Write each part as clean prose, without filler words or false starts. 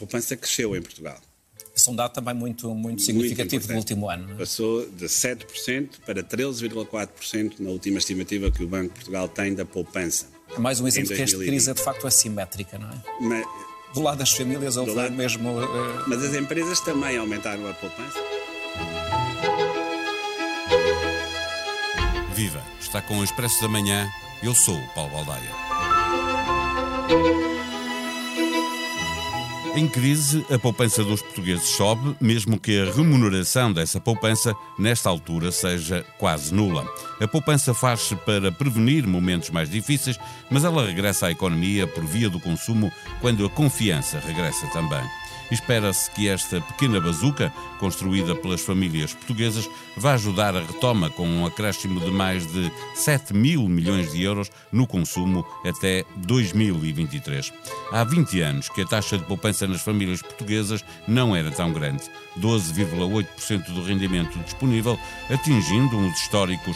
poupança cresceu em Portugal. Esse é um dado também muito significativo do último ano. Não é? Passou de 7% para 13,4% na última estimativa que o Banco de Portugal tem da poupança. É mais um exemplo que esta crise é de facto assimétrica, não é? Do lado das famílias houve mesmo... Mas as empresas também aumentaram a poupança. Viva! Está com o Expresso da Manhã. Eu sou o Paulo Baldaia. Em crise, a poupança dos portugueses sobe, mesmo que a remuneração dessa poupança, nesta altura, seja quase nula. A poupança faz-se para prevenir momentos mais difíceis, mas ela regressa à economia por via do consumo quando a confiança regressa também. Espera-se que esta pequena bazuca, construída pelas famílias portuguesas, vá ajudar a retoma com um acréscimo de mais de 7 mil milhões de euros no consumo até 2023. Há 20 anos que a taxa de poupança nas famílias portuguesas não era tão grande, 12,8% do rendimento disponível, atingindo uns históricos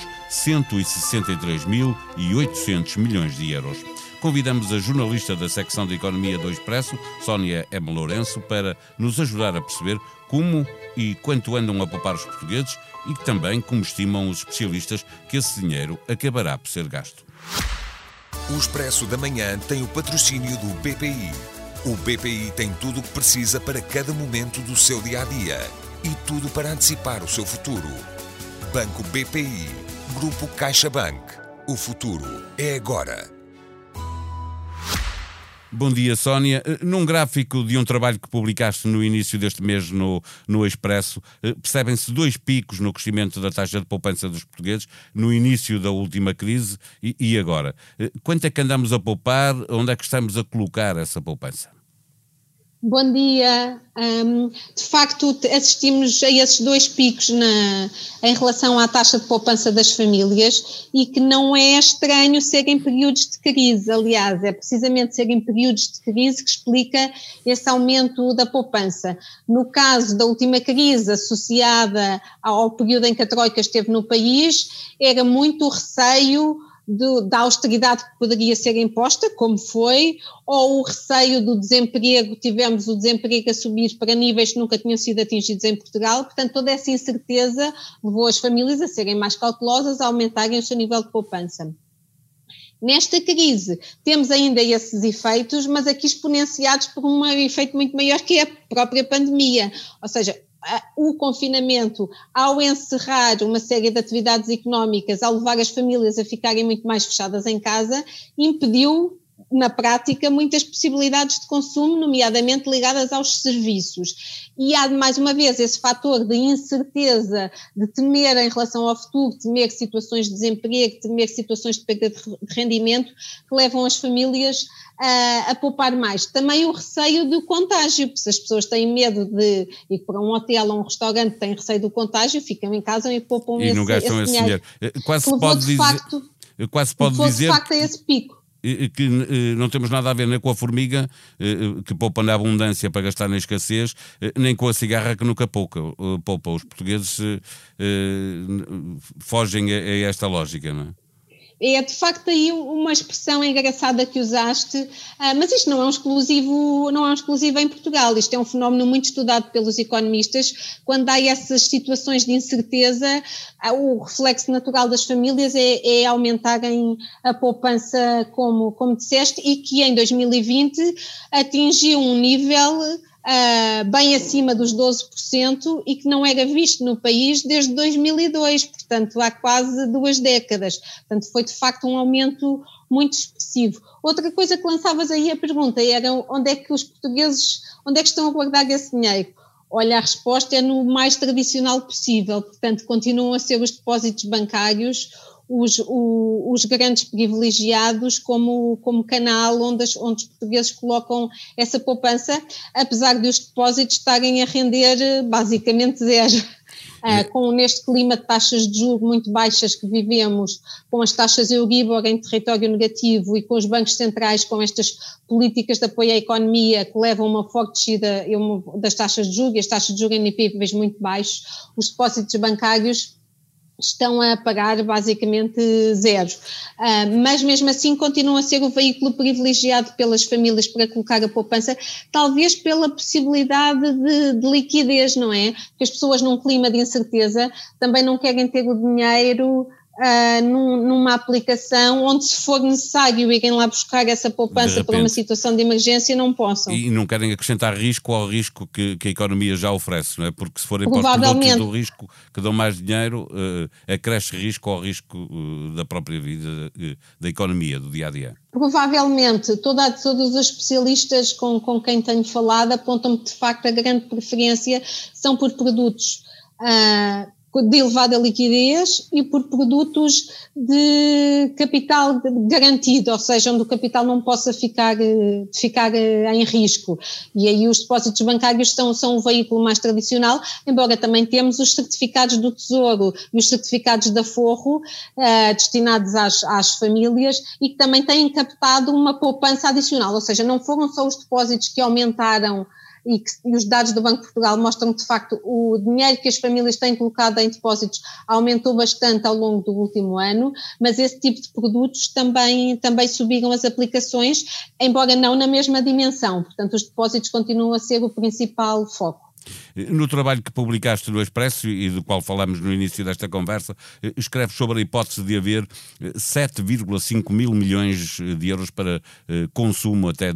163.800 milhões de euros. Convidamos a jornalista da secção de Economia do Expresso, Sónia M. Lourenço, para nos ajudar a perceber como e quanto andam a poupar os portugueses e também como estimam os especialistas que esse dinheiro acabará por ser gasto. O Expresso da Manhã tem o patrocínio do BPI. O BPI tem tudo o que precisa para cada momento do seu dia-a-dia e tudo para antecipar o seu futuro. Banco BPI. Grupo CaixaBank. O futuro é agora. Bom dia, Sónia. Num gráfico de um trabalho que publicaste no início deste mês no Expresso, percebem-se dois picos no crescimento da taxa de poupança dos portugueses no início da última crise e agora. Quanto é que andamos a poupar? Onde é que estamos a colocar essa poupança? Bom dia. De facto, assistimos a esses dois picos em relação à taxa de poupança das famílias e que não é estranho ser em períodos de crise. Aliás, é precisamente ser em períodos de crise que explica esse aumento da poupança. No caso da última crise associada ao período em que a Troika esteve no país, era muito o receio da austeridade que poderia ser imposta, como foi, ou o receio do desemprego, tivemos o desemprego a subir para níveis que nunca tinham sido atingidos em Portugal, portanto toda essa incerteza levou as famílias a serem mais cautelosas, a aumentarem o seu nível de poupança. Nesta crise temos ainda esses efeitos, mas aqui exponenciados por um efeito muito maior que é a própria pandemia, ou seja, o confinamento, ao encerrar uma série de atividades económicas, ao levar as famílias a ficarem muito mais fechadas em casa, impediu, na prática, muitas possibilidades de consumo, nomeadamente ligadas aos serviços. E há, mais uma vez, esse fator de incerteza, de temer em relação ao futuro, temer situações de desemprego, temer situações de perda de rendimento, que levam as famílias a poupar mais. Também o receio do contágio, porque se as pessoas têm medo de ir para um hotel ou um restaurante, têm receio do contágio, ficam em casa e poupam esse dinheiro. E não gastam esse dinheiro. Quase se pode dizer de facto a esse pico. Que não temos nada a ver nem com a formiga, que poupa na abundância para gastar na escassez, nem com a cigarra que nunca poupa. Os portugueses fogem a esta lógica, não é? É de facto aí uma expressão engraçada que usaste, mas isto não é um exclusivo em Portugal, isto é um fenómeno muito estudado pelos economistas. Quando há essas situações de incerteza, o reflexo natural das famílias é aumentarem a poupança, como disseste, e que em 2020 atingiu um nível bem acima dos 12% e que não era visto no país desde 2002, portanto há quase 2 décadas, portanto foi de facto um aumento muito expressivo. Outra coisa que lançavas aí a pergunta era onde é que os portugueses, onde é que estão a guardar esse dinheiro? Olha, a resposta é no mais tradicional possível, portanto continuam a ser os depósitos bancários, os grandes privilegiados como canal onde os portugueses colocam essa poupança, apesar de os depósitos estarem a render basicamente zero. Neste clima de taxas de juros muito baixas que vivemos, com as taxas Euribor em território negativo e com os bancos centrais com estas políticas de apoio à economia que levam a uma forte descida das taxas de juros e as taxas de juros em níveis muito baixos, os depósitos bancários estão a pagar basicamente zero. Mas mesmo assim continuam a ser o veículo privilegiado pelas famílias para colocar a poupança, talvez pela possibilidade de liquidez, não é? Porque as pessoas num clima de incerteza também não querem ter o dinheiro numa aplicação onde, se for necessário irem lá buscar essa poupança para uma situação de emergência, não possam. E não querem acrescentar risco ao risco que a economia já oferece, não é? Porque se forem para os produtos do risco que dão mais dinheiro, acresce risco ao risco da própria vida, da economia, do dia-a-dia. Provavelmente, todos os especialistas com quem tenho falado apontam que, de facto, a grande preferência são por produtos de elevada liquidez e por produtos de capital garantido, ou seja, onde o capital não possa ficar em risco. E aí os depósitos bancários são o veículo mais tradicional, embora também temos os certificados do Tesouro e os certificados de aforro destinados às famílias e que também têm captado uma poupança adicional, ou seja, não foram só os depósitos que aumentaram e os dados do Banco de Portugal mostram que, de facto, o dinheiro que as famílias têm colocado em depósitos aumentou bastante ao longo do último ano, mas esse tipo de produtos também subiram as aplicações, embora não na mesma dimensão. Portanto, os depósitos continuam a ser o principal foco. No trabalho que publicaste no Expresso e do qual falamos no início desta conversa, escreves sobre a hipótese de haver 7,5 mil milhões de euros para consumo até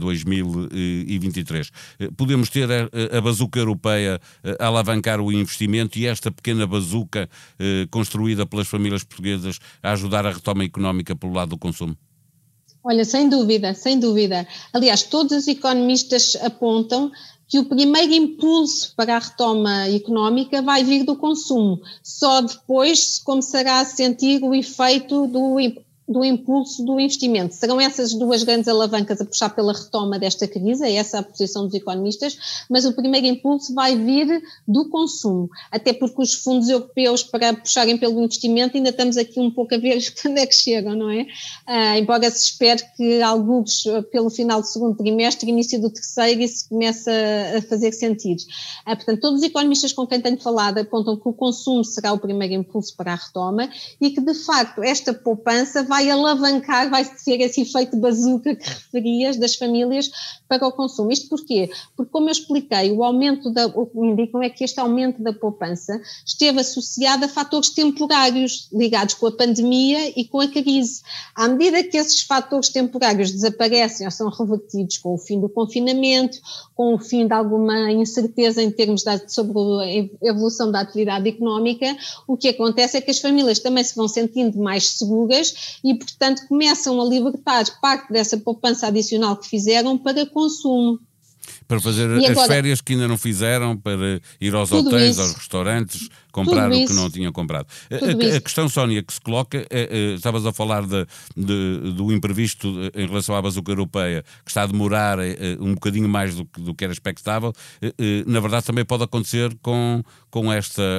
2023. Podemos ter a bazuca europeia a alavancar o investimento e esta pequena bazuca construída pelas famílias portuguesas a ajudar a retoma económica pelo lado do consumo? Olha, sem dúvida, sem dúvida. Aliás, todos os economistas apontam que o primeiro impulso para a retoma económica vai vir do consumo. Só depois se começará a sentir o efeito do impulso do investimento. Serão essas duas grandes alavancas a puxar pela retoma desta crise, é essa a posição dos economistas, mas o primeiro impulso vai vir do consumo, até porque os fundos europeus, para puxarem pelo investimento, ainda estamos aqui um pouco a ver quando é que chegam, não é? Embora se espere que alguns pelo final do segundo trimestre, início do terceiro, isso começa a fazer sentido. Portanto, todos os economistas com quem tenho falado apontam que o consumo será o primeiro impulso para a retoma e que, de facto, esta poupança vai alavancar, vai ser esse efeito bazuca que referias das famílias para o consumo. Isto porquê? Porque, como eu expliquei, o que me indicam é que este aumento da poupança esteve associado a fatores temporários ligados com a pandemia e com a crise. À medida que esses fatores temporários desaparecem ou são revertidos com o fim do confinamento, com o fim de alguma incerteza em termos sobre a evolução da atividade económica, o que acontece é que as famílias também se vão sentindo mais seguras e, portanto, começam a libertar parte dessa poupança adicional que fizeram para consumo. Para fazer as férias que ainda não fizeram, para ir aos hotéis, aos restaurantes, comprar o que não tinham comprado. A questão, Sónia, que se coloca, estavas a falar do imprevisto em relação à bazuca europeia, que está a demorar um bocadinho mais do que era expectável. Na verdade, também pode acontecer com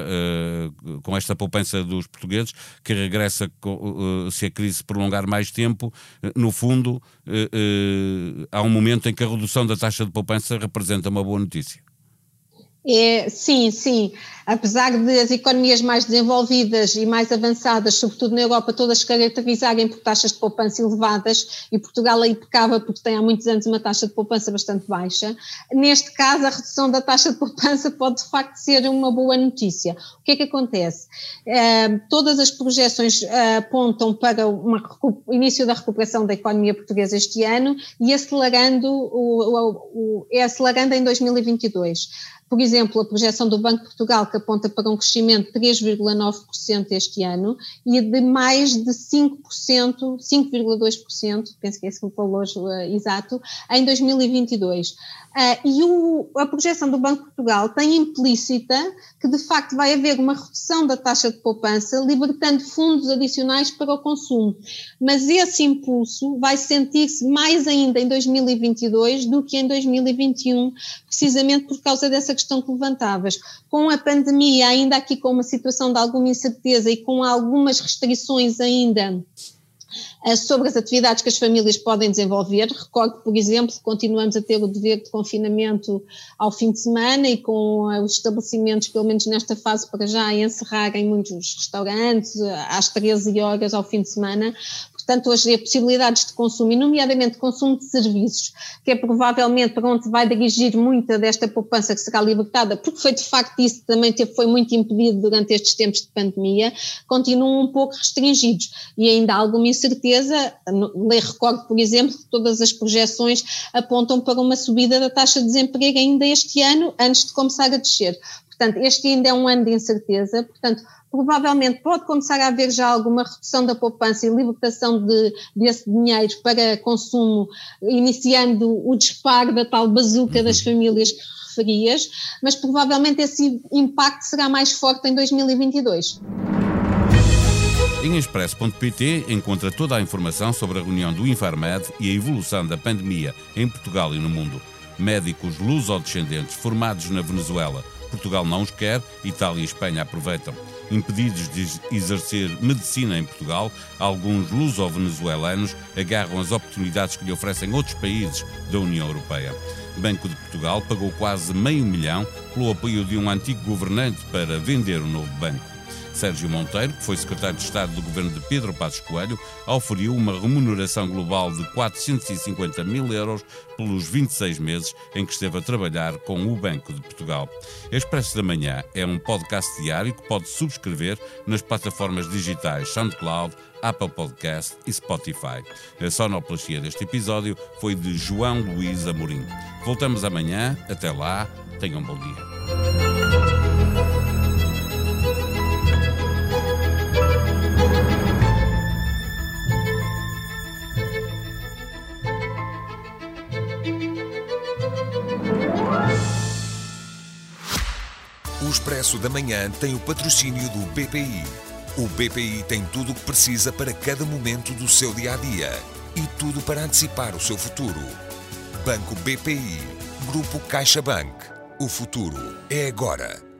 esta poupança dos portugueses, que regressa, se a crise se prolongar mais tempo. No fundo, há um momento em que a redução da taxa de poupança representa uma boa notícia. Sim. Apesar de as economias mais desenvolvidas e mais avançadas, sobretudo na Europa, todas se caracterizarem por taxas de poupança elevadas, e Portugal aí pecava porque tem há muitos anos uma taxa de poupança bastante baixa, neste caso a redução da taxa de poupança pode de facto ser uma boa notícia. O que é que acontece? Todas as projeções apontam para o início da recuperação da economia portuguesa este ano e acelerando em 2022. Por exemplo, a projeção do Banco de Portugal, que aponta para um crescimento de 3,9% este ano e de mais de 5%, 5,2%, penso que é esse o valor exato, em 2022. E a projeção do Banco de Portugal tem implícita que, de facto, vai haver uma redução da taxa de poupança, libertando fundos adicionais para o consumo. Mas esse impulso vai sentir-se mais ainda em 2022 do que em 2021, precisamente por causa dessa questão que levantavas. Com a pandemia, ainda aqui com uma situação de alguma incerteza e com algumas restrições ainda sobre as atividades que as famílias podem desenvolver. Recordo que, por exemplo, continuamos a ter o dever de confinamento ao fim de semana e com os estabelecimentos, pelo menos nesta fase para já, a encerrarem muitos restaurantes às 13 horas ao fim de semana. Portanto, hoje há possibilidades de consumo, e nomeadamente consumo de serviços, que é provavelmente para onde vai dirigir muita desta poupança que será libertada, porque foi de facto isso que também foi muito impedido durante estes tempos de pandemia, continuam um pouco restringidos e ainda há alguma incerteza. Recordo, por exemplo, que todas as projeções apontam para uma subida da taxa de desemprego ainda este ano, antes de começar a descer. Portanto, este ainda é um ano de incerteza, portanto, provavelmente pode começar a haver já alguma redução da poupança e libertação desse dinheiro para consumo, iniciando o disparo da tal bazuca das famílias que referias, mas provavelmente esse impacto será mais forte em 2022. Em expresso.pt encontra toda a informação sobre a reunião do Infarmed e a evolução da pandemia em Portugal e no mundo. Médicos luso-descendentes formados na Venezuela. Portugal não os quer, Itália e Espanha aproveitam. Impedidos de exercer medicina em Portugal, alguns luso-venezuelanos agarram as oportunidades que lhe oferecem outros países da União Europeia. Banco de Portugal pagou quase $500 mil pelo apoio de um antigo governante para vender o novo banco. Sérgio Monteiro, que foi secretário de Estado do governo de Pedro Passos Coelho, oferiu uma remuneração global de 450 mil euros pelos 26 meses em que esteve a trabalhar com o Banco de Portugal. Expresso da Manhã é um podcast diário que pode subscrever nas plataformas digitais SoundCloud, Apple Podcast e Spotify. A sonoplastia deste episódio foi de João Luís Amorim. Voltamos amanhã. Até lá. Tenham um bom dia. O Expresso da Manhã tem o patrocínio do BPI. O BPI tem tudo o que precisa para cada momento do seu dia-a-dia e tudo para antecipar o seu futuro. Banco BPI. Grupo CaixaBank. O futuro é agora.